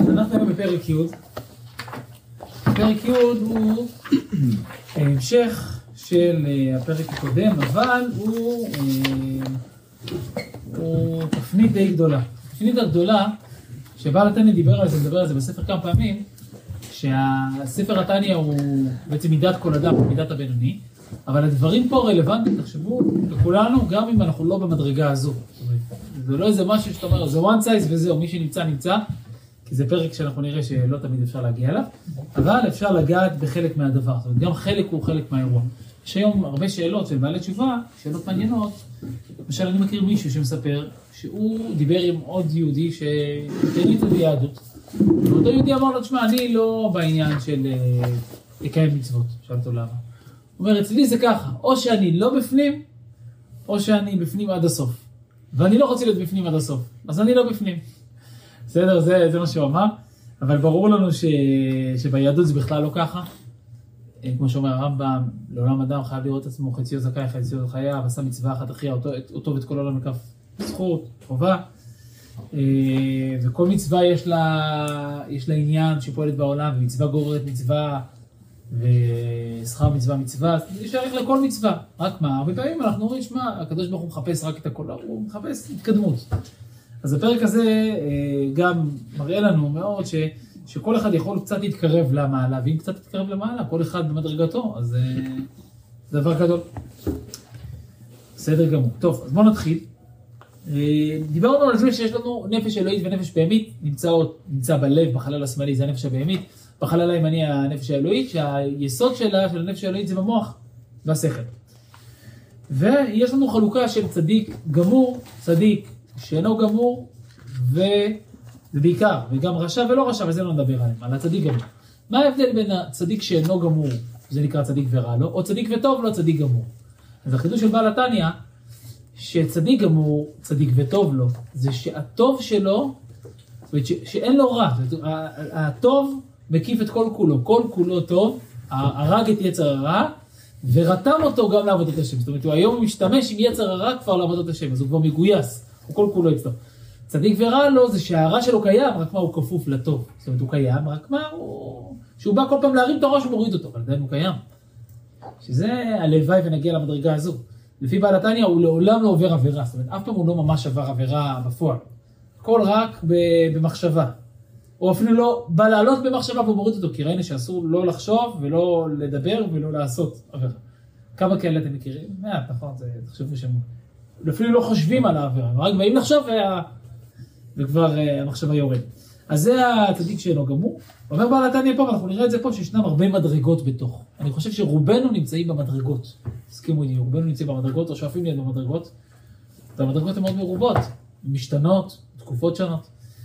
אז אנחנו היום בפרק י'. פרק י' הוא המשך של הפרק הקודם, אבל הוא תפנית די גדולה. תפנית הגדולה, שבעל התניא דיבר על זה בספר כמה פעמים, שהספר התניא הוא בעצם מידת כל אדם, מידת הבינוני, אבל הדברים פה רלוונטיים, תחשבו, לכולנו, גם אם אנחנו לא במדרגה הזו. זה לא איזה משהו שאתה אומר, זה one size וזהו, מי שנמצא נמצא, כי זה פרק שאנחנו נראה שלא תמיד אפשר להגיע אליו, אבל אפשר לגעת בחלק מהדבר, זאת אומרת, גם חלק הוא חלק מהאירוע. יש היום הרבה שאלות של בעלי תשובה, שאלות מעניינות. למשל, אני מכיר מישהו שמספר שהוא דיבר עם עוד יהודי שתן איתו ביהדות. ואותו יהודי אמר לו, תשמע, אני לא בעניין של לקיים מצוות, שאלתו למה. הוא אומר, אצלי זה ככה, או שאני לא בפנים, או שאני בפנים עד הסוף. ואני לא רוצה להיות בפנים עד הסוף, אז אני לא בפנים. בסדר, זה מה שהוא אמר, אבל ברור לנו שביהדות זה בכלל לא ככה. כמו שאומר הרמב"ם, לעולם אדם חייב לראות את עצמו חציו זכאי, חציו חייב, עשה מצווה אחת הכריע אותו ואת כל העולם לכף זכות, חובה. וכל מצווה יש לה עניין שפועלת בעולם, ומצווה גוררת מצווה, ושכר מצווה מצווה, יש ערך לכל מצווה. רק מה, הרבה פעמים אנחנו אומרים, שמע, הקדוש ברוך הוא מחפש רק את הכל, הוא מחפש התקדמות. אז הפרק הזה גם מראה לנו מאוד שכל אחד יכול קצת להתקרב למעלה, ואם קצת להתקרב למעלה, כל אחד במדרגתו, אז זה דבר גדול. בסדר גמור. טוב, אז בואו נתחיל. דיברנו על זה שיש לנו נפש אלוהית ונפש בהמית, נמצא בלב, בחלל השמאלי, זה הנפש הבהמית, בחלל הימני הנפש האלוהית, שהיסוד שלה, של הנפש האלוהית, זה במוח והשכל. ויש לנו חלוקה של צדיק גמור, צדיק שאינו גמור, וזה בעיקר, וגם רשע ולא רשע, וזה לא נדבר עליהם, על הצדיק גמור. מה ההבדל בין הצדיק שאינו גמור, זה נקרא צדיק ורע לו, או צדיק וטוב לו, צדיק גמור? אז החידוש של בעל התניא, שצדיק גמור, צדיק וטוב לו, זה שהטוב שלו, שאין לו רע, הטוב מקיף את כל כולו, כל כולו טוב, הרג את יצר הרע, ורתם אותו גם לעבודת השם. זאת אומרת, הוא היום משתמש עם יצר הרע כבר לעבודת השם, אז הוא כבר מגויס, הוא כל כולו אצלו. צדיק ורע לו זה שהרע שלו קיים, רק מה הוא כפוף לטוב. זאת אומרת, הוא קיים, רק מה הוא... שהוא בא כל פעם להרים את הראש ומוריד אותו, אבל עדיין הוא קיים. שזה הלוואי ונגיע למדרגה הזו. לפי בעל התניא הוא לעולם לא עובר עבירה, זאת אומרת, אף פעם הוא לא ממש עבר עבירה בפועל. הכל רק במחשבה. או אפילו לא בא לעלות במחשבה והוא מוריד אותו, כי ראינו שאסור לא לחשוב ולא לדבר ולא לעשות עבירה. כמה כאלה אתם מכירים? נכון, תחשבו שהם אפילו לא חושבים על העבירה, רק באים לחשוב וכבר המחשבה יורד. אז זה הצדיק שאינו גמור. אומר בעל התניא פה, ואנחנו נראה את זה פה, שישנם הרבה מדרגות בתוך. אני חושב שרובנו נמצאים במדרגות. הסכימו איתי, רובנו נמצאים במדרגות, או שואפים להיות במדרגות. והמדרגות הן מאוד מרובות, משתנות, תקופות שונות.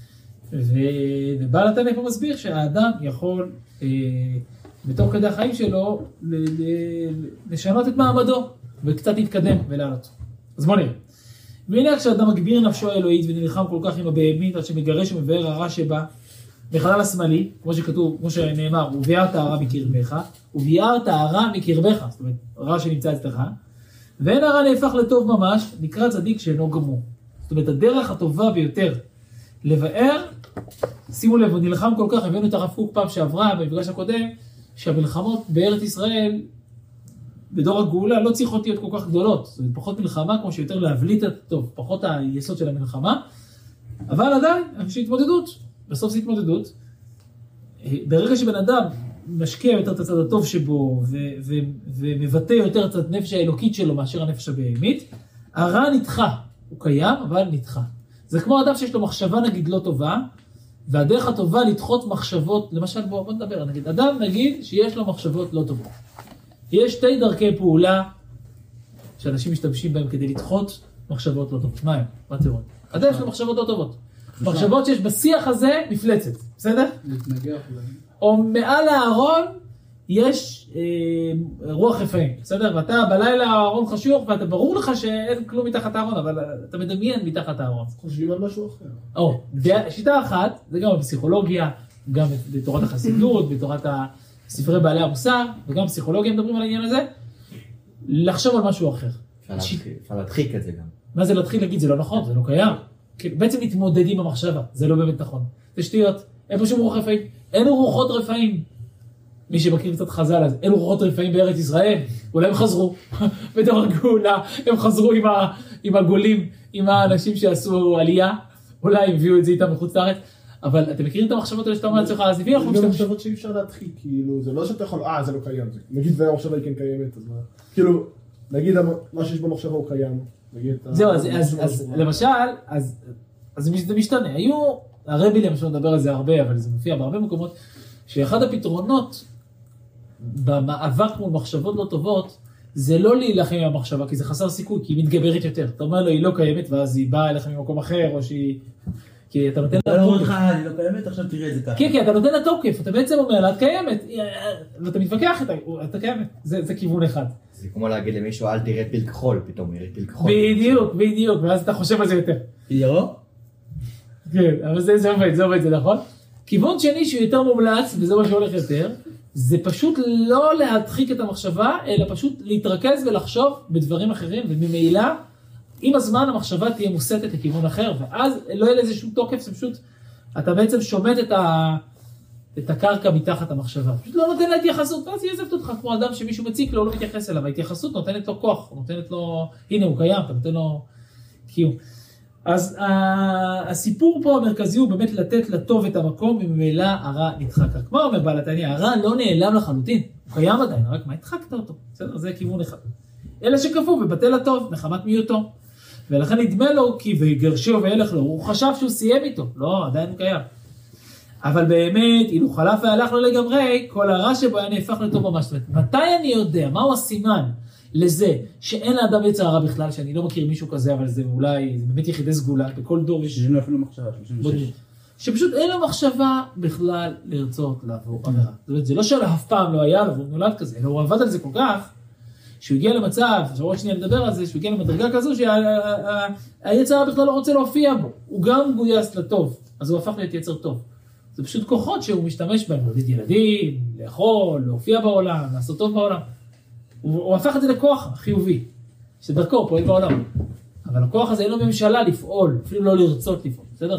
ובעל התניא פה מסביר שהאדם יכול, בתוך כדי החיים שלו, לשנות את מעמדו, וקצת להתקדם ולעלות. אז בוא נראה. והנה כשאדם מגביר נפשו האלוהית ונלחם כל כך עם הבהמית, עד שמגרש ומבאר הרע שבה, בחלל השמאלי, כמו שכתוב, כמו שנאמר, וביארת הרע מקרבך, וביארת הרע מקרבך, זאת אומרת, הרע שנמצא אצלך, ואין הרע נהפך לטוב ממש, נקרא צדיק שאינו גמור. זאת אומרת, הדרך הטובה ביותר לבאר, שימו לב, ונלחם כל כך, הבאנו את הרב קוק פעם שעברה, במפגש הקודם, שהמלחמות בארץ ישראל, בדור הגאולה, לא צריכות להיות כל כך גדולות. זאת אומרת, פחות מלחמה, כמו שיותר להבליט את הטוב, פחות היסוד של המלחמה, אבל עדיין, יש התמודדות. בסוף זה התמודדות. ברגע שבן אדם משקיע יותר את הצד הטוב שבו, ומבטא יותר את הנפש האלוקית שלו, מאשר הנפש הבהמית, הרע נדחה. הוא קיים, אבל נדחה. זה כמו אדם שיש לו מחשבה נגיד לא טובה, והדרך הטובה לדחות מחשבות, למשל בוא נדבר, נגיד, אדם נגיד שיש לו מחשבות לא טובות. יש שתי דרכי פעולה שאנשים משתמשים בהם כדי לדחות מחשבות לא טובות. מה הם? מה תראו? אדם יש לו מחשבות לא טובות. מחשבות שיש בשיח הזה מפלצת, בסדר? להתנגח להם. או מעל הארון יש רוח רפאים, בסדר? ואתה בלילה הארון חשוך ואתה ברור לך שאין כלום מתחת הארון, אבל אתה מדמיין מתחת הארון. חושבים על משהו אחר. או, שיטה אחת, זה גם בפסיכולוגיה, גם בתורת החסידות, בתורת ספרי בעלי המוסר, וגם בפסיכולוגיה מדברים על העניין הזה, לחשוב על משהו אחר. אפשר להדחיק את זה גם. מה זה להתחיל להגיד? זה לא נכון, זה לא קיים. בעצם מתמודדים במחשבה, זה לא באמת נכון. זה שטויות, אין פה שום רוח רפאים. אין רוחות רפאים. מי שמכיר קצת חז"ל, אז אין רוחות רפאים בארץ ישראל. אולי הם חזרו. בדור הגאולה, הם חזרו עם הגולים, עם האנשים שעשו עלייה. אולי הביאו את זה איתם מחוץ לארץ. אבל אתם מכירים את המחשבות האלה שאתה אומר לעצמך, אז הביאו יש גם מחשבות שאי אפשר להדחיק, כאילו, זה לא שאתה יכול, זה לא קיים. נגיד והמחשבה היא כן קיימת, אז מה? כאילו, נגיד מה שיש במחשבה הוא קיים. זהו, אז למשל, אז זה משתנה. הרבי למשל מדבר על זה הרבה, אבל זה מופיע בהרבה מקומות, שאחד הפתרונות במאבק מול מחשבות לא טובות, זה לא להילחם עם המחשבה, כי זה חסר סיכוי, כי היא מתגברת יותר. אתה אומר לו, היא לא קיימת, ואז היא באה אליך ממקום אחר, או שהיא... כי אתה נותן לה תוקף. אני לא קיימת, עכשיו תראה את זה ככה. כן, כי אתה נותן לה תוקף, אתה בעצם אומר לה, את קיימת, ואתה מתווכח איתה, אתה קיימת. זה כיוון אחד. זה כמו להגיד למישהו, אל תראה פיל כחול, פתאום יראה פיל כחול. בדיוק, ואז אתה חושב על זה יותר. ירוק? כן, אבל זה עובד, זה נכון. כיוון שני שהוא יותר מומלץ, וזה מה שהולך יותר, זה פשוט לא להדחיק את המחשבה, אלא פשוט להתרכז ולחשוב בדברים אחרים, וממילא, עם הזמן המחשבה תהיה מוסתת לכיוון אחר, ואז לא יהיה לזה שום תוקף, זה פשוט, אתה בעצם שומט את הקרקע מתחת המחשבה. פשוט לא נותן לה התייחסות, ואז היא עזבת אותך כמו אדם שמישהו מציק לו, הוא לא מתייחס אליו. ההתייחסות נותנת לו כוח, נותנת לו, הנה הוא קיים, אתה נותן לו קיום. אז הסיפור פה המרכזי הוא באמת לתת לטוב את המקום, וממילא הרע נדחק. מה אומר בעל התניא? הרע לא נעלם לחלוטין, הוא קיים עדיין, רק מה הדחקת אותו? בסדר, זה כיוון אחד. אלה שכפו ובטל הטוב, מחמת מיעוטו. ולכן נדמה לו כי ויגרשו וילך לו, הוא חשב שהוא סיים איתו, לא, עדיין הוא קיים. אבל באמת, אילו חלף והלך לו לגמרי, כל הרע שבו היה נהפך לטוב ממש. מתי אני יודע, מהו הסימן לזה שאין לאדם יצר הרע בכלל, שאני לא מכיר מישהו כזה, אבל זה אולי, זה באמת יחידי סגולה, בכל דור יש... שאין לו אפילו מחשבה, 36. שפשוט אין לו מחשבה בכלל לרצות לעבור עבירה. זאת אומרת, זה לא שלא אף פעם לא היה לו, הוא נולד כזה, אלא הוא עבד על זה כל כך, שהוא הגיע למצב, שעוד שנייה נדבר על זה, שהוא הגיע למדרגה כזו שהיצר בכלל לא רוצה להופיע בו. הוא גם גויס לטוב, אז הוא הפך להיות יצר טוב. זה פשוט כוחות שהוא משתמש בהם, להוליד ילדים, לאכול, להופיע בעולם, לעשות טוב בעולם. הוא הפך את זה לכוח חיובי, שדרכו הוא פועל בעולם. אבל הכוח הזה אין לו ממשלה לפעול, אפילו לא לרצות לפעול. בסדר?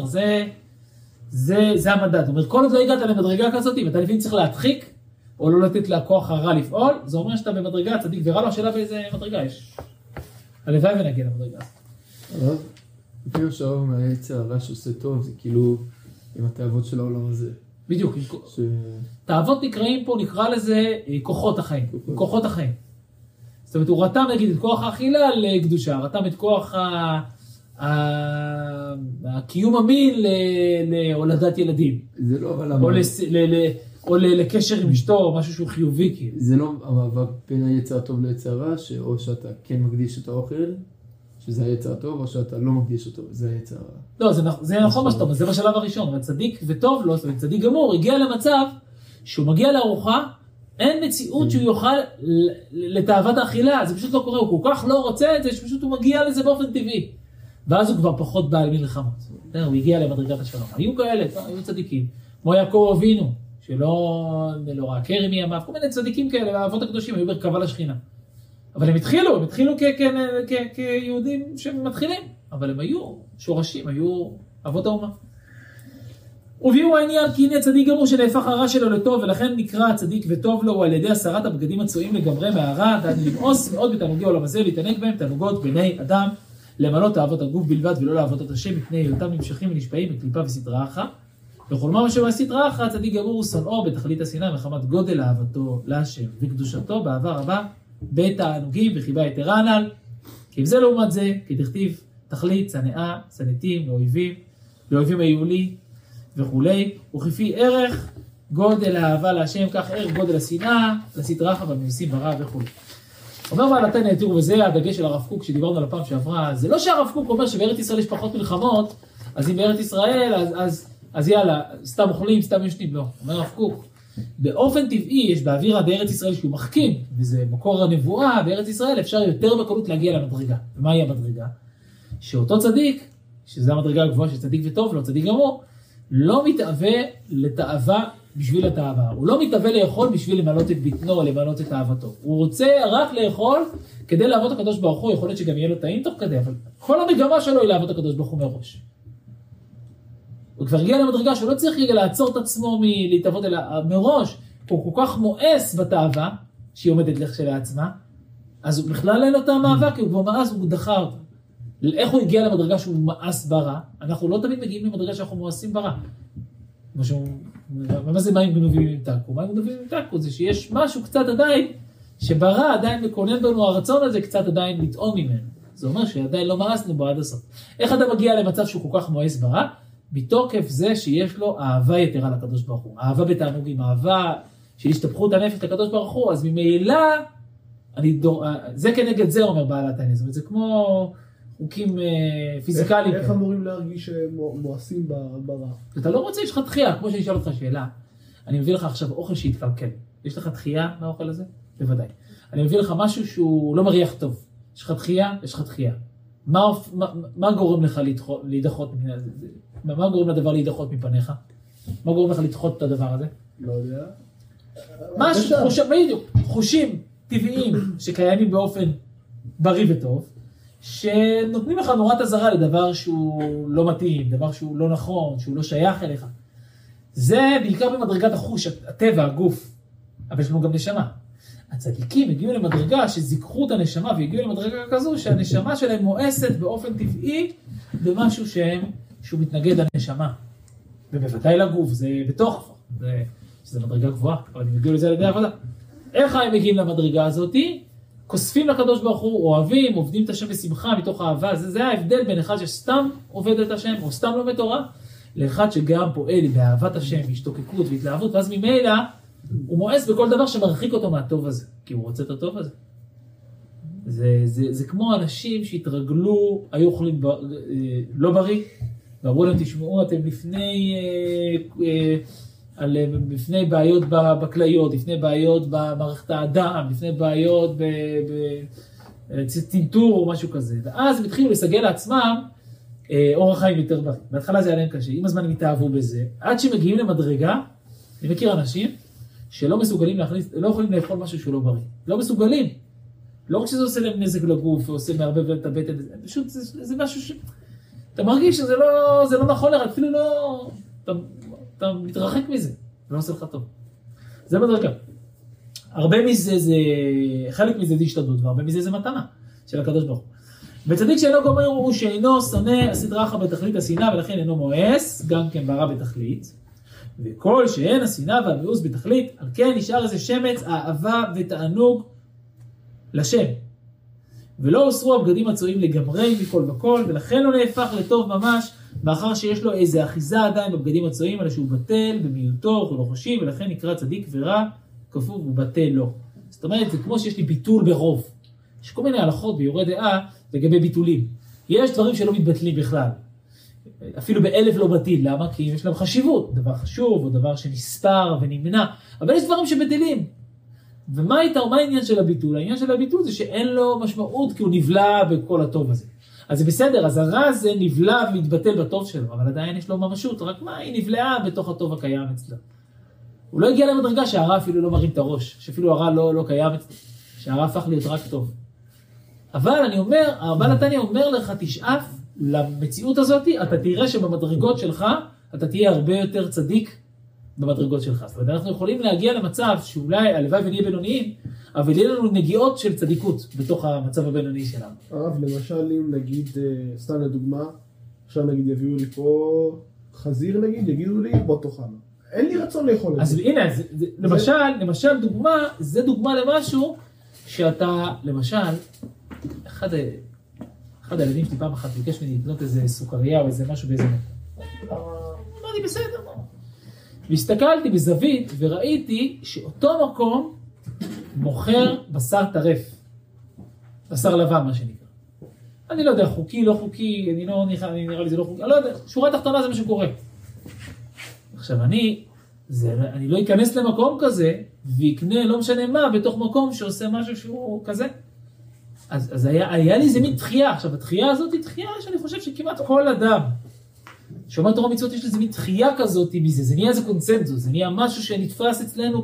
זה המדד. זאת אומרת, כל עוד לא הגעת למדרגה כזאת, ואתה לפעמים צריך להדחיק, או לא לתת לכוח הרע לפעול, זה אומר שאתה במדרגה הצדיק ורע לו, השאלה באיזה מדרגה יש. הלוואי ונגיע למדרגה. אבל, לפי השאר מהיצר הרע שעושה טוב, זה כאילו עם התאוות של העולם הזה. בדיוק. תאוות נקראים פה, נקרא לזה כוחות החיים. כוחות החיים. זאת אומרת, הוא רתם, נגיד, את כוח האכילה לקדושה, רתם את כוח הקיום המין להולדת ילדים. זה לא, אבל... או לקשר עם אשתו, או משהו שהוא חיובי, כאילו. זה לא המאבק בין היצר הטוב ליצר רע, או שאתה כן מקדיש את האוכל, שזה היצר הטוב, או שאתה לא מקדיש אותו, זה היצר רע. לא, זה נכון מה שאתה אומר, זה בשלב הראשון, אבל צדיק וטוב לו, צדיק גמור, הגיע למצב שהוא מגיע לארוחה, אין מציאות שהוא יוכל לתאוות האכילה, זה פשוט לא קורה, הוא כל כך לא רוצה את זה, שפשוט הוא מגיע לזה באופן טבעי. ואז הוא כבר פחות בעל מלחמות. הוא הגיע למדרגת השלום. היו כאלה, היו צדיקים, כמו יעקב אבינו, שלא ראה קרם מימיו, כל מיני צדיקים כאלה, האבות הקדושים היו ברכבה לשכינה. אבל הם התחילו כיהודים שמתחילים, אבל הם היו שורשים, היו אבות האומה. וביאו העניין כי הנה צדיק גמור שנהפך הרע שלו לטוב, ולכן נקרא צדיק וטוב לו, הוא על ידי הסרת הבגדים הצועים לגמרי מהרע, דן למאוס מאוד בתענוגי העולם הזה, להתענג בהם תענוגות בני אדם, למלא תאוות הגוף בלבד ולא לעבוד את השם, מפני היותם נמשכים ונשפעים בקליפה וסדרה אחת. וכל מה שבא סדרה אחת, צדיק גמור הוא שונאו בתכלית השנאה מחמת גודל אהבתו להשם וקדושתו באהבה רבה בתענוגים וחיבה יתרה הנ"ל. כי אם זה לעומת זה, כי תכתיב תכלית שנאה, שנאתים, לאויבים היו לי וכולי, וכפי ערך גודל האהבה להשם, כך ערך גודל השנאה לסדרה אחת והממיסים ברע וכולי. אומר בעל התניא, תראו, וזה הדגש של הרב קוק שדיברנו על הפעם שעברה, זה לא שהרב קוק אומר שבארץ ישראל יש פחות מלחמות, אז אם בארץ ישראל, אז יאללה, סתם אוכלים, סתם ישנים, לא. אומר הרב קוק, באופן טבעי יש באוויר בארץ ישראל שהוא מחכים, וזה מקור הנבואה, בארץ ישראל אפשר יותר בקלות להגיע למדרגה. ומהי המדרגה? שאותו צדיק, שזה המדרגה הגבוהה של צדיק וטוב, לא צדיק גמור, לא מתאווה לתאווה בשביל התאווה. הוא לא מתאווה לאכול בשביל למלות את בטנו, למלות את אהבתו. הוא רוצה רק לאכול כדי לעבוד הקדוש ברוך הוא, יכול להיות שגם יהיה לו טעים תוך כדי, אבל כל המגמה שלו היא לעבוד הקדוש ברוך הוא מראש. הוא כבר הגיע למדרגה שהוא לא צריך רגע לעצור את עצמו מלהתאבות, אלא מראש, הוא כל כך מואס בתאווה, שהיא עומדת לך שלעצמה, אז הוא בכלל אין לו את המאבק, כי הוא כבר מאס, הוא דחה אותה. איך הוא הגיע למדרגה שהוא מאס ברע? אנחנו לא תמיד מגיעים למדרגה שאנחנו מואסים ברע. מה זה מים גנובים עם טקו? מים גנובים עם טקו זה שיש משהו קצת עדיין, שברע עדיין מקונן בנו הרצון הזה קצת עדיין לטעום ממנו. זה אומר שעדיין לא מאסנו בו עד הסוף. איך אתה מגיע למצב שהוא כל כך מואס ברע? מתוקף זה שיש לו אהבה יתרה לקדוש ברוך הוא. אהבה בתענוגים, אהבה של השתפכות הנפש לקדוש ברוך הוא, אז ממילא, זה כנגד זה אומר בעלת העניין. זאת אומרת, זה כמו חוקים פיזיקליים. איך אמורים להרגיש שהם מואסים ברע? אתה לא רוצה, יש לך דחייה, כמו שאני אשאל אותך שאלה. אני מביא לך עכשיו אוכל שהתקלקל. יש לך דחייה מהאוכל הזה? בוודאי. אני מביא לך משהו שהוא לא מריח טוב. יש לך דחייה? יש לך דחייה. מה גורם לך להידחות? מה גורם לדבר להידחות מפניך? מה גורם לך לדחות את הדבר הזה? לא יודע. משהו, חושים טבעיים שקיימים באופן בריא וטוב, שנותנים לך נורת אזהרה לדבר שהוא לא מתאים, דבר שהוא לא נכון, שהוא לא שייך אליך. זה בעיקר במדרגת החוש, הטבע, הגוף, אבל יש לנו גם נשמה. הצדיקים הגיעו למדרגה שזיככו את הנשמה והגיעו למדרגה כזו שהנשמה שלהם מואסת באופן טבעי במשהו שהוא מתנגד לנשמה. ובוודאי לגוף, זה בתוך, שזה מדרגה גבוהה, אבל הם הגיעו לזה על ידי עבודה. איך הם מגיעים למדרגה הזאת? כוספים לקדוש ברוך הוא, אוהבים, עובדים את השם בשמחה מתוך אהבה. זה ההבדל בין אחד שסתם עובד את השם או סתם לומד תורה, לאחד שגם פועל באהבת השם, בהשתוקקות והתלהבות, ואז ממילא הוא מואס בכל דבר שמרחיק אותו מהטוב הזה, כי הוא רוצה את הטוב הזה. זה כמו אנשים שהתרגלו, היו אוכלים לא בריא, ואמרו להם, תשמעו, אתם לפני בעיות בכליות, לפני בעיות במערכת האדם, לפני בעיות בצנתור או משהו כזה. ואז הם התחילו לסגל לעצמם אורח חיים יותר בריא. בהתחלה זה היה להם קשה, עם הזמן הם התאהבו בזה, עד שמגיעים למדרגה, אני מכיר אנשים שלא מסוגלים להכניס, לא יכולים לאכול משהו שהוא לא בריא. לא מסוגלים. לא רק שזה עושה להם נזק לגוף, ועושה מערבב את הבטן, פשוט זה משהו ש... אתה מרגיש שזה לא נכון לך, אפילו לא... אתה מתרחק מזה, זה לא עושה לך טוב. זה מדרגה. הרבה מזה חלק מזה זה השתדלות, והרבה מזה זה מתנה של הקדוש ברוך הוא. וצדיק שאינו גומר הוא שאינו שונא הסדרה אחת בתכלית השנאה, ולכן אינו מואס, גם כן ברע בתכלית. וכל שאין השנאה והמיאוס בתכלית, על כן נשאר איזה שמץ, אהבה ותענוג לשם. ולא הוסרו הבגדים הצועים לגמרי מכל וכל, ולכן הוא נהפך לטוב ממש, מאחר שיש לו איזה אחיזה עדיין בבגדים הצועים, אלא שהוא בטל במיעוטו, הוא לא חושב, ולכן נקרא צדיק ורע, כפוף ובטל לו. זאת אומרת, זה כמו שיש לי ביטול ברוב. יש כל מיני הלכות ביורי דעה לגבי ביטולים. יש דברים שלא מתבטלים בכלל. אפילו באלף לא בטיל. למה? כי יש להם חשיבות. דבר חשוב, או דבר שנספר ונמנע. אבל יש דברים שבטלים. ומה העניין של הביטול? העניין של הביטול זה שאין לו משמעות, כי הוא נבלע בכל הטוב הזה. אז זה בסדר, אז הרע הזה נבלע ומתבטל בטוב שלו, אבל עדיין יש לו ממשות, רק מה? היא נבלעה בתוך הטוב הקיים אצלה. הוא לא הגיע למדרגה שהרע אפילו לא מרים את הראש, שאפילו הרע לא קיים אצלה, שהרע הפך להיות רק טוב. אבל אני אומר, הבעל התניא אומר לך, תשאף למציאות הזאת, אתה תראה שבמדרגות שלך, אתה תהיה הרבה יותר צדיק במדרגות שלך. זאת אומרת, אנחנו יכולים להגיע למצב שאולי הלוואי ונהיה בינוניים, אבל יהיה לנו נגיעות של צדיקות בתוך המצב הבינוני שלנו. הרב, למשל, אם נגיד, סתם לדוגמה, עכשיו נגיד יביאו לי פה חזיר נגיד, יגידו לי, בוא תאכל. אין לי רצון לאכול את זה. אז הנה, למשל דוגמה, זה דוגמה למשהו שאתה, למשל, אחד הילדים שלי פעם אחת ביקש ממני לקנות איזה סוכריה או איזה משהו באיזה מקום. אמרתי, בסדר, והסתכלתי בזווית וראיתי שאותו מקום מוכר בשר טרף. בשר לבן, מה שנקרא. אני לא יודע, חוקי, לא חוקי, נראה לי זה לא חוקי, אני לא יודע, שורה תחתונה זה מה שקורה. עכשיו, אני לא אכנס למקום כזה, ויקנה לא משנה מה, בתוך מקום שעושה משהו שהוא כזה. אז היה לי איזה מין דחייה. עכשיו, הדחייה הזאת היא דחייה שאני חושב שכמעט כל אדם, שאומר תורה מצוות יש לזה מין דחייה כזאת מזה, זה נהיה איזה קונצנזוס, זה נהיה משהו שנתפס אצלנו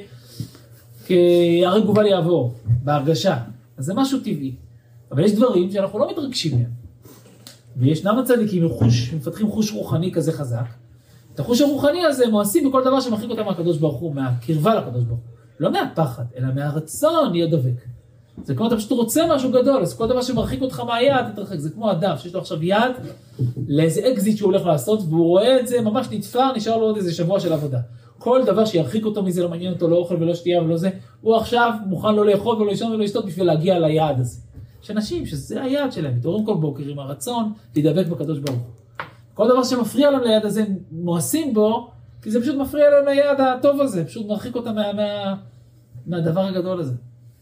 כהרי גובל יעבור, בהרגשה. אז זה משהו טבעי. אבל יש דברים שאנחנו לא מתרגשים מהם. וישנם הצדיקים מפתחים חוש רוחני כזה חזק. את החוש הרוחני הזה הם עושים בכל דבר שמרחיק אותם מהקדוש ברוך הוא, מהקרבה לקדוש ברוך הוא. לא מהפחד, אלא מהרצון להיות דבק. זה כמו אתה פשוט רוצה משהו גדול, אז כל דבר שמרחיק אותך מהיד, תתרחק. זה כמו אדם שיש לו עכשיו יד לאיזה אקזיט שהוא הולך לעשות, והוא רואה את זה ממש נתפר, נשאר לו עוד איזה שבוע של עבודה. כל דבר שירחיק אותו מזה, לא מעניין אותו, לא אוכל ולא שתייה ולא זה, הוא עכשיו מוכן לא לאכול ולא לישון ולא לשתות בשביל להגיע ליעד הזה. יש אנשים שזה היעד שלהם, מתעוררים כל בוקר עם הרצון להידבק בקדוש ברוך הוא. כל דבר שמפריע להם ליעד הזה, מואסים בו, כי זה פשוט מפריע להם ליעד הטוב הזה, פשוט מרחיק אותם מהדבר הגדול הזה.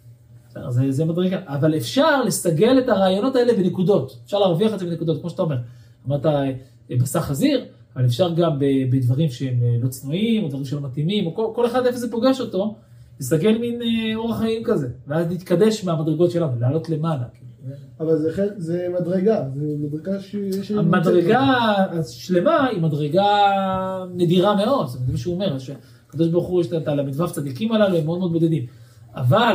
זה מדרגה. אבל אפשר לסגל את הרעיונות האלה בנקודות. אפשר להרוויח את זה בנקודות, כמו שאתה אומר. אמרת בשר חזיר, אבל אפשר גם בדברים שהם לא צנועים, או דברים שלא מתאימים, או כל אחד איפה זה פוגש אותו, לסגל מין אורח חיים כזה, ואז להתקדש מהמדרגות שלנו, לעלות למעלה. אבל זה מדרגה, זה מדרגה שיש... המדרגה השלמה היא מדרגה נדירה מאוד, זה מה שהוא אומר, שהקדוש ברוך הוא יש את הל"ו צדיקים הללו, הם מאוד מאוד בודדים. אבל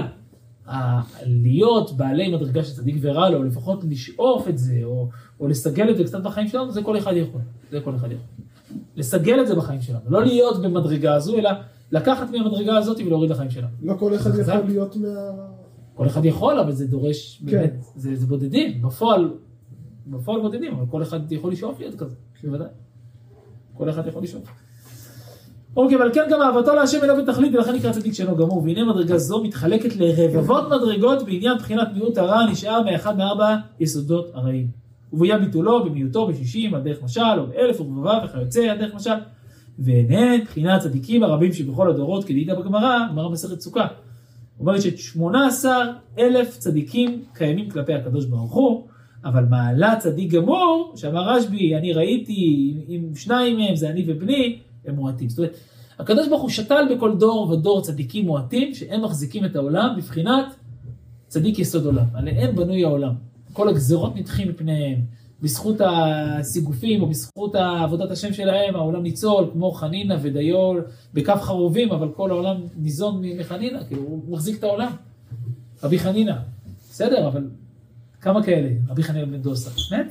להיות בעלי מדרגה של צדיק ורע לו, או לפחות לשאוף את זה, או לסגל את זה קצת בחיים שלנו, זה כל אחד יכול. זה כל אחד יכול. לסגל את זה בחיים שלנו, לא להיות במדרגה הזו, אלא לקחת מהמדרגה הזאת ולהוריד לחיים שלנו. לא כל אחד יכול להיות כל אחד יכול, אבל זה דורש, באמת, זה בודדים, בפועל בודדים, אבל כל אחד יכול לשאוף להיות כזה, בוודאי. כל אחד יכול לשאוף. אוקיי, אבל כן גם אהבתו להשם אינו בתכלית, ולכן נקרא צדיק שאינו גמור, והנה מדרגה זו מתחלקת לרבבות מדרגות, בעניין בחינת מיעוט הרע נשאר מאחד מארבע יסודות הרעים. וביה ביטולו, במיעוטו, ב60, על דרך משל, או ב1000 ורבבה וכיוצא, על דרך משל. והנה בחינת צדיקים הרבים שבכל הדורות, כדאיתא בגמרא, גמרא מסכת סוכה. אומרת ש18,000 צדיקים קיימים כלפי הקדוש ברוך הוא, אבל מעלה צדיק גמור, שאמר רשב"י, אני ראיתי, עם שניים מהם, זה אני ובני, הם מועטים. זאת אומרת, הקדוש ברוך הוא שתל בכל דור ודור צדיקים מועטים, שהם מחזיקים את העולם בבחינת צדיק יסוד עולם. עליהם בנוי העולם. כל הגזרות נדחים מפניהם, בזכות הסיגופים או בזכות עבודת השם שלהם, העולם ניצול, כמו חנינה ודיול, בכף חרובים, אבל כל העולם ניזון מחנינה, כאילו הוא מחזיק את העולם. רבי חנינה, בסדר, אבל כמה כאלה? רבי חנינה בן דוסה,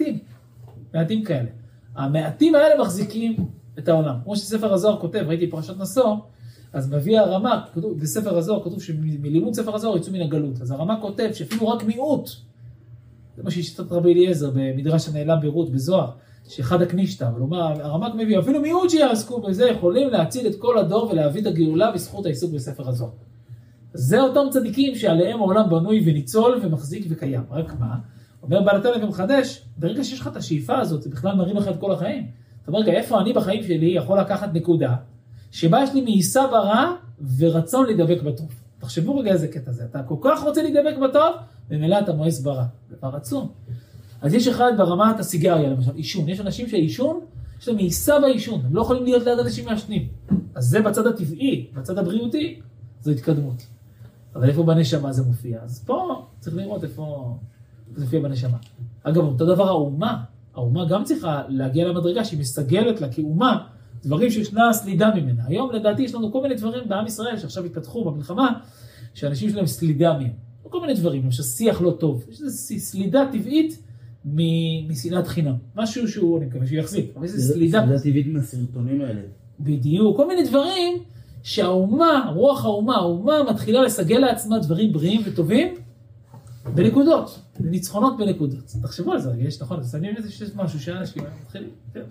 מעטים כאלה. המעטים האלה מחזיקים את העולם. כמו שספר הזוהר כותב, ראיתי פרשת נשוא, אז מביא הרמ"ק, בספר הזוהר כתוב שמלימוד ספר הזוהר יצאו מן הגלות. אז הרמ"ק כותב שאפילו רק מיעוט, זה מה שהשתת רבי אליעזר במדרש הנעלם ברות בזוהר, שאחד הקנישתא, אבל הוא אומר, הרמ"ק מביא, אפילו מיעוט שיעסקו בזה, יכולים להציל את כל הדור ולהביא את הגאולה בזכות העיסוק בספר הזוהר. זה אותם צדיקים שעליהם העולם בנוי וניצול ומחזיק וקיים. רק מה? אומר בעל התניא ומחדש, ברגע שיש לך את השאיפה הזאת, זה בכלל מרים לך את כל החיים. אתה אומר, איפה אני בחיים שלי יכול לקחת נקודה, שבה יש לי מאיסה ברע ורצון להידבק בטוב. תחשבו רגע איזה קטע זה. אתה כל כך רוצה להידבק בטוב, במילא אתה מואס ברע. דבר עצום. אז יש אחד ברמת הסיגריה, למשל, עישון. יש אנשים שהעישון, יש להם מאיסה בעישון. הם לא יכולים להיות ליד אנשים מעשנים. אז זה בצד הטבעי, בצד הבריאותי, זו התקדמות. אבל איפה בנשמה זה מופיע? אז פה צריך לראות איפה זה מופיע בנשמה. אגב, אותו דבר האומה. האומה גם צריכה להגיע למדרגה שהיא מסגלת לה כאומה, דברים שישנה סלידה ממנה. היום לדעתי יש לנו כל מיני דברים בעם ישראל שעכשיו התפתחו במלחמה, שאנשים שלהם סלידה מהם. כל מיני דברים, למשל שיח לא טוב. יש איזו סלידה טבעית משנאת חינם. משהו שהוא, אני מקווה שהוא יחזיק. אבל איזו סלידה טבעית מהסרטונים האלה. בדיוק. כל מיני דברים שהאומה, רוח האומה מתחילה לסגל לעצמה דברים בריאים וטובים בנקודות. ניצחונות בנקודות. תחשבו על זה, יש נכון, אז שמים איזה שיש משהו שאנשים מתחילים.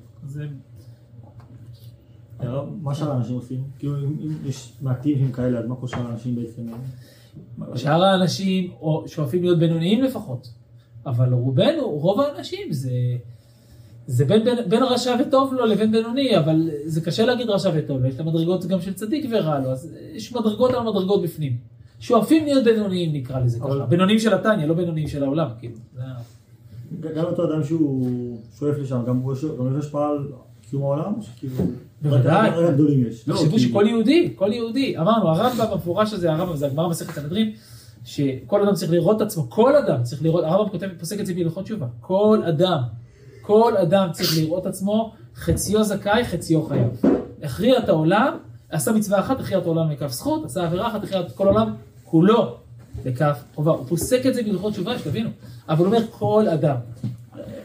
מה שאר האנשים עושים? כאילו אם יש מעטים כאלה, אז מה כל שאר האנשים בעצם? שאר האנשים שואפים להיות בינוניים לפחות, אבל רוב האנשים זה בין רשע וטוב לו לבין בינוני, אבל זה קשה להגיד רשע וטוב לו, יש את המדרגות גם של צדיק ורע לו, אז יש מדרגות על מדרגות בפנים. שואפים להיות בינוניים נקרא לזה ככה, בינוניים של התניא, לא בינוניים של העולם, כאילו. גם אותו אדם שהוא שואף לשם, גם יש השפעה על קיום העולם, שכאילו... בוודאי. תחשבו שכל יהודי, אמרנו, הרמב"ם במפורש הזה, הרמב"ם זה הגמרא מסכת סנהדרין, שכל אדם צריך לראות את עצמו, כל אדם צריך לראות, הרמב"ם פוסק את זה בהלכות תשובה, כל אדם צריך לראות את עצמו, חציו זכאי, חציו חייב. הכריע את העולם, עשה מצווה אחת, הכריע את העולם לכף זכות, עשה עבירה אחת, הכריע את כל העולם כולו לכף חובה. הוא פוסק את זה בהלכות תשובה, שתבינו. אבל הוא אומר כל אדם.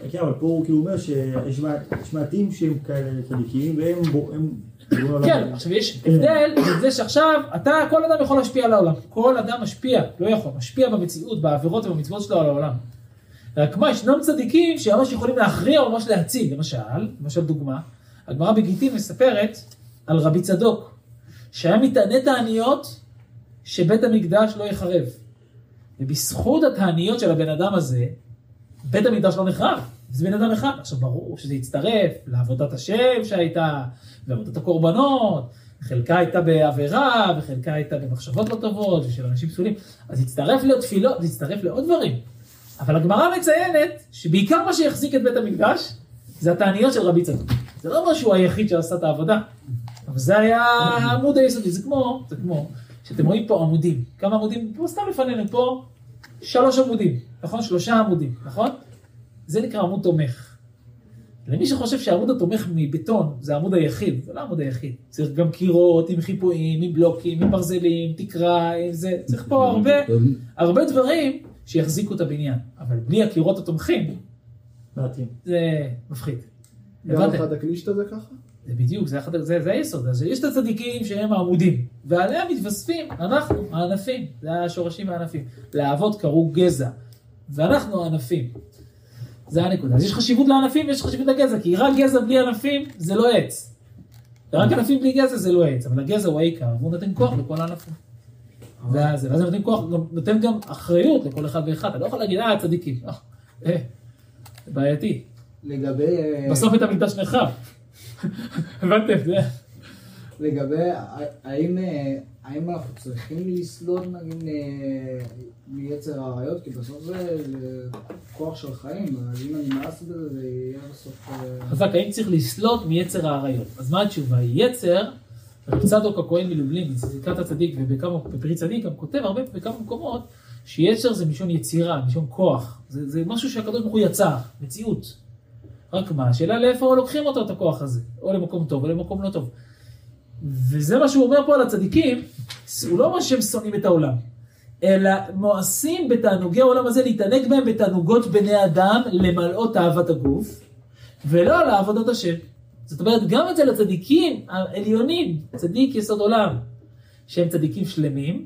כן, אבל פה הוא כאילו אומר שיש מעטים שהם כאלה צדיקים, והם... כן, עכשיו יש הבדל, זה שעכשיו, כל אדם יכול להשפיע על העולם. כל אדם משפיע, לא יכול, משפיע במציאות, בעבירות ובמצוות שלו על העולם. רק מה, ישנם צדיקים שממש יכולים להכריע או ממש להציל. למשל דוגמה, הגמרא בגיטין מספרת על רבי צדוק, שהיה מתענה תעניות שבית המקדש לא יחרב. ובזכות התעניות של הבן אדם הזה, בית המקדש לא נחרב. זה בן אדם אחד. עכשיו ברור שזה יצטרף לעבודת השם שהייתה, ועבודת הקורבנות, חלקה הייתה בעבירה, וחלקה הייתה במחשבות לא טובות, ושל אנשים פסולים. אז יצטרף לעוד תפילות, יצטרף לעוד דברים. אבל הגמרא מציינת שבעיקר מה שיחזיק את בית המקדש, זה התעניות של רבי צדוק. זה לא משהו היחיד שעשה את העבודה, אבל זה היה העמוד היסודי. זה כמו, שאתם רואים פה עמודים. כמה עמודים? פה סתם לפנינו, פה 3 עמודים, נכון? 3 עמודים, נכון? זה נקרא עמוד תומך. למי שחושב שהעמוד התומך מבטון זה העמוד היחיד, זה לא העמוד היחיד. צריך גם קירות עם חיפויים, עם בלוקים, עם ברזלים, תקרה, עם זה. צריך פה הרבה דברים שיחזיקו את הבניין. אבל בלי הקירות התומכים, זה מפחיד. גם אחד הקלישת הזה ככה? זה בדיוק, זה היסוד. אז יש את הצדיקים שהם העמודים, ועליהם מתווספים, אנחנו, הענפים, זה השורשים והענפים. לעבוד קראו גזע, ואנחנו הענפים. זה הנקודה. אז יש חשיבות לענפים ויש חשיבות לגזע, כי רק גזע בלי ענפים זה לא עץ. רק ענפים בלי גזע זה לא עץ, אבל הגזע הוא העיקר, והוא נותן כוח לכל הענפים. ואז זה נותן כוח, נותן גם אחריות לכל אחד ואחד. אתה לא יכול להגיד, צדיקים. זה בעייתי. לגבי... בסוף את המקדש נחרב. הבנתם, זה. לגבי, האם אנחנו צריכים לסלוד נגיד מיצר העריות? כי בסוף זה כוח של חיים, אז אם אני מאס בזה זה יהיה בסוף... חזק, האם צריך לסלוד מיצר העריות? אז מה התשובה? יצר, צדוק הכהן מלובלין, בצדיקת הצדיק ובפרי צדיק, גם כותב הרבה בכמה מקומות, שיצר זה משום יצירה, משום כוח. זה משהו שהקדוש ברוך הוא יצר, מציאות. רק מה, השאלה לאיפה לוקחים אותו את הכוח הזה, או למקום טוב או למקום לא טוב. וזה מה שהוא אומר פה על הצדיקים, הוא לא אומר שהם שונאים את העולם, אלא מואסים בתענוגי העולם הזה, להתענג בהם בתענוגות בני אדם, למלאות אהבת הגוף, ולא לעבודת השם. זאת אומרת, גם אצל הצדיקים העליונים, צדיק יסוד עולם, שהם צדיקים שלמים,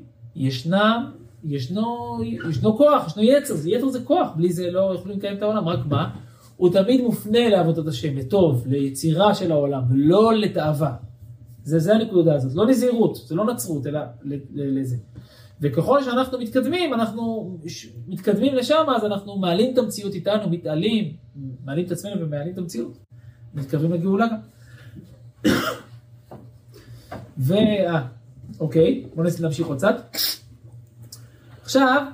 ישנו כוח, ישנו יצר, יצר זה כוח, בלי זה לא יכולים לקיים את העולם, רק מה? הוא תמיד מופנה לעבודת השם, לטוב, ליצירה של העולם, ולא לתאווה. זה הנקודה הזאת, לא לזהירות, זה לא נצרות, אלא לזה. וככל שאנחנו מתקדמים לשם, אז אנחנו מעלים את המציאות איתנו, מעלים את עצמנו ומעלים את המציאות. מתקרבים לגאולה גם. אוקיי, בואו נמשיך עוד קצת. עכשיו,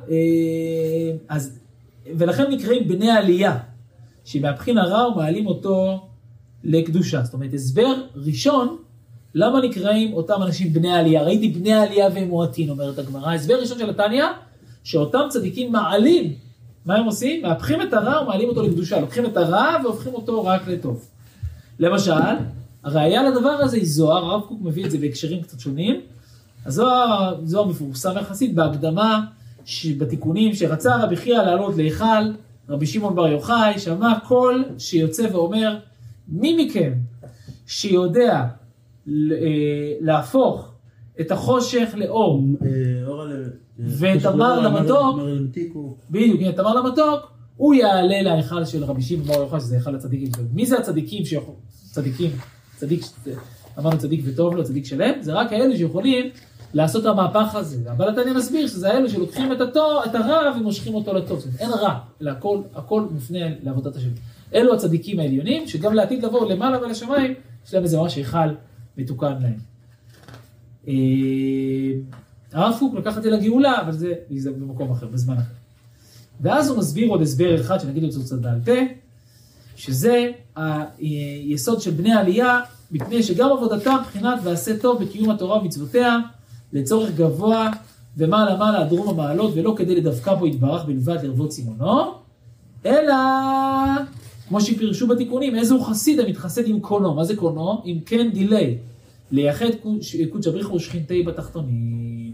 ולכן נקראים בני העלייה, שמהבחין הרע ומעלים אותו לקדושה. זאת אומרת, הסבר ראשון, למה נקראים אותם אנשים בני העלייה? ראיתי בני העלייה והם מועטין, אומרת הגמרא. הסבר ראשון של התניא, שאותם צדיקים מעלים. מה הם עושים? מהפכים את הרע ומעלים אותו לקדושה. לוקחים את הרע והופכים אותו רק לטוב. למשל, הראיה לדבר הזה היא זוהר, הרב קוק מביא את זה בהקשרים קצת שונים. הזוהר מפורסם יחסית בהקדמה, בתיקונים שרצה רבי חייא לעלות להיכל, רבי שמעון בר יוחאי, שמע קול שיוצא ואומר, מי מכם שיודע להפוך את החושך לאור, ואת המר למתוק, בדיוק, את המר למתוק, הוא יעלה להיכל של רבי שמעון בר יוחאי, שזה היכל הצדיקים. מי זה הצדיקים אמרנו צדיק וטוב לו, צדיק שלם? זה רק האלו שיכולים לעשות את המהפך הזה. אבל התניא מסביר שזה האלו שלוקחים את הרע ומושכים אותו לטוב. אין רע, אלא הכל מופנה לעבודת השם. אלו הצדיקים העליונים, שגם לעתיד לבוא למעלה ולשמיים, יש להם איזה ממש היכל מתוקן להם. הרב קוק לקח את זה לגאולה, אבל זה במקום אחר, בזמן אחר. ואז הוא מסביר עוד הסבר אחד, שנגיד אותו קצת בעל פה, שזה היסוד של בני העלייה, מפני שגם עבודתם בחינת ועשה טוב בקיום התורה ומצוותיה, לצורך גבוה ומעלה מעלה הדרום המעלות, ולא כדי לדווקא בו יתברך בלבד לרבות צימונו, אלא, כמו שפרשו בתיקונים, איזה הוא חסיד המתחסד עם קונו. מה זה קונו? אם כן דילי, לייחד קודש בריחו ושכינתי בתחתונים.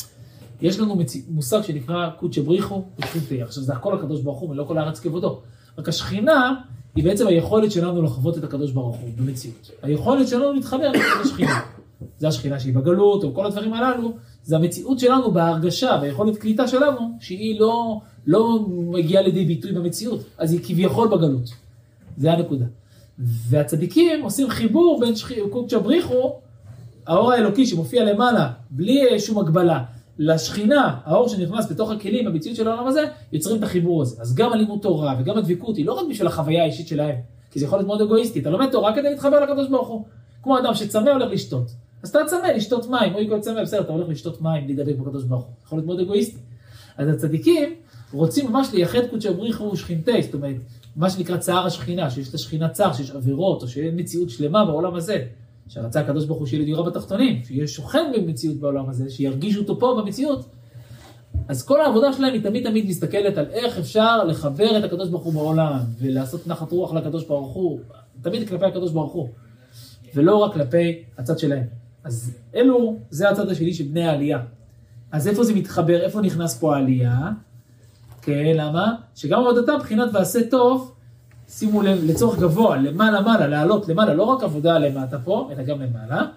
יש לנו מושג שנקרא קודש בריחו ושכינתי. עכשיו זה הכל הקדוש ברוך הוא, ולא כל הארץ כבודו. רק השכינה היא בעצם היכולת שלנו לחוות את הקדוש ברוך הוא במציאות. היכולת שלנו להתחבר לשכינה. זה השכינה שהיא בגלות, או כל הדברים הללו, זה המציאות שלנו בהרגשה, והיכולת קליטה שלנו, שהיא לא מגיעה לידי ביטוי במציאות, אז היא כביכול בגלות. זה הנקודה. והצדיקים עושים חיבור בין קודשא בריחו, האור האלוקי שמופיע למעלה, בלי שום הגבלה, לשכינה, האור שנכנס בתוך הכלים, במציאות של העולם הזה, יוצרים את החיבור הזה. אז גם הלימוד תורה וגם הדביקות היא לא רק בשביל החוויה האישית שלהם, כי זה יכול להיות מאוד אגואיסטי. אתה לומד תורה כדי להתחבר לקדוש ברוך הוא. כמו אדם שצמא הולך לשתות. אז אתה צמא לשתות מים, או יקול צמא, בסדר, אתה הולך לשתות מים, להידבק בקדוש ברוך הוא. יכול להיות מאוד אגואיסטי. אז הצדיקים רוצים ממש לייחד קודשא בריחו ושכינתו, זאת אומרת, מה שנקרא צער השכינה, שיש את השכינה צער, שיש עבירות, או שיש מציאות שלמה בעולם הזה. שרצה הקדוש ברוך הוא שיהיה לדירה בתחתונים, שיהיה שוכן במציאות בעולם הזה, שירגישו אותו פה במציאות. אז כל העבודה שלהם היא תמיד מסתכלת על איך אפשר לחבר את הקדוש ברוך הוא בעולם, ולעשות נחת רוח לקדוש ברוך הוא, תמיד כלפי הקדוש ברוך הוא, ולא רק כלפי הצד שלהם. אז אלו, זה הצד השני של בני העלייה. אז איפה זה מתחבר, איפה נכנס פה העלייה? כן, למה? שגם עבודתם בחינת ועשה טוב, שימו לב, לצורך גבוה, למעלה, לעלות למעלה, לא רק עבודה למטה פה, אלא גם למעלה.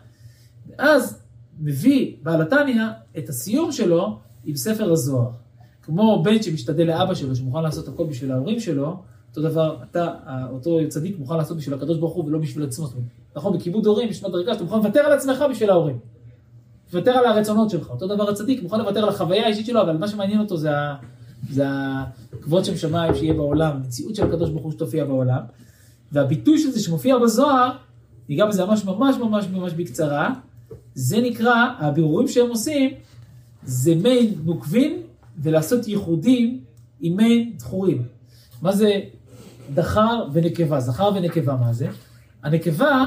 ואז מביא בעל התניא את הסיום שלו עם ספר הזוהר. כמו בן שמשתדל לאבא שלו, שמוכן לעשות הכל בשביל ההורים שלו, אותו דבר, אותו צדיק מוכן לעשות בשביל הקדוש ברוך הוא ולא בשביל עצמו. נכון, בכיבוד הורים, יש מדרגה שאתה מוכן לוותר על עצמך בשביל ההורים. לוותר על הרצונות שלך. אותו דבר הצדיק מוכן לוותר על החוויה האישית שלו, אבל מה שמעניין אותו זה הכבוד שם שמיים שיהיה בעולם, המציאות של הקדוש ברוך הוא שתופיע בעולם, והביטוי של זה שמופיע בזוהר, ניגע בזה ממש בקצרה, זה נקרא, הבירורים שהם עושים, זה מי נוקבים ולעשות ייחודים עם מי דחורים. מה זה זכר ונקבה? זכר ונקבה מה זה? הנקבה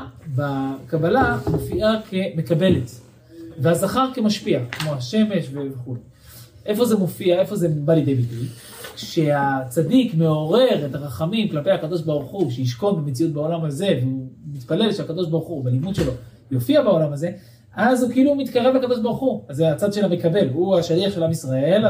בקבלה מופיעה כמקבלת, והזכר כמשפיע, כמו השמש וכו'. איפה זה מופיע, איפה זה בא לידי ביטוי? כשהצדיק מעורר את הרחמים כלפי הקדוש ברוך הוא, שישכון במציאות בעולם הזה, והוא מתפלל שהקדוש ברוך הוא, בלימוד שלו, יופיע בעולם הזה, אז הוא כאילו מתקרב לקדוש ברוך הוא. אז זה הצד של המקבל, הוא השליח של עם ישראל,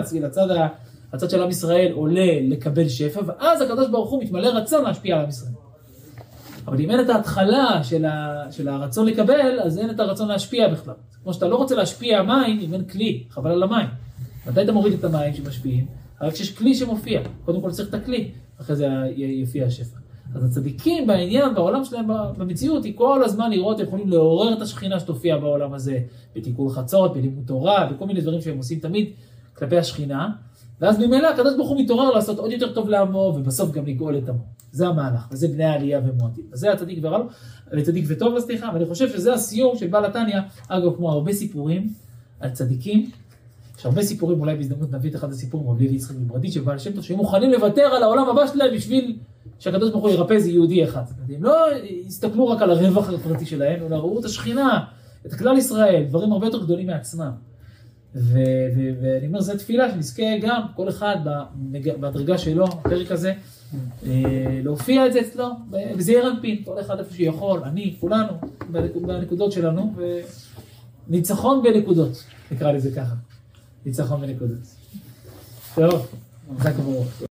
הצד של עם ישראל עולה לקבל שפע, ואז הקדוש ברוך הוא מתמלא רצון להשפיע על עם ישראל. אבל אם אין את ההתחלה של הרצון לקבל, אז אין את הרצון להשפיע בכלל. כמו שאתה לא רוצה להשפיע מים, אם אין כלי, חבל על המים. מתי אתה מוריד את המים שמשפיעים? רק שיש כלי שמופיע. קודם כל צריך את הכלי, אחרי זה יופיע השפע. אז הצדיקים בעניין, בעולם שלהם, במציאות, היא כל הזמן לראות, יכולים לעורר את השכינה שתופיע בעולם הזה, בתיקון חצות, בלימוד תורה, בכל מיני דברים שהם עושים תמיד כלפי השכינה, ואז ממילא הקדוש ברוך הוא מתעורר לעשות עוד יותר טוב לעמו, ובסוף גם לגאול את עמו. זה המהלך, וזה בני העלייה ומועטים. אז זה הצדיק ורע לו, וצדיק וטוב, סליחה, ואני חושב שזה הסיום של בעל התניא, אגב, כמו הרבה סיפורים על צדיקים, יש הרבה סיפורים, אולי בהזדמנות נביא את אחד הסיפורים, רבי לוי יצחק מברדיצ'ב ובעל שם טוב, שהם מוכנים לוותר על העולם הבא שלהם בשביל שהקדוש ברוך הוא ירפא איזה יהודי אחד. הם לא הסתכלו רק על הרווח הפרטי שלהם, אלא ראו את השכינה, את כלל ישראל, דברים הרבה יותר גדולים מעצמם. ואני אומר, זו תפילה שנזכה גם, כל אחד בהדרגה שלו, הפרק הזה, להופיע את זה אצלו, בזעיר אנפין, כל אחד איפה שיכול, אני, כולנו, בנקודות שלנו, וניצחון בנקודות, נקרא לזה ככה. ניצחון בנקודות. טוב, זה כמובן.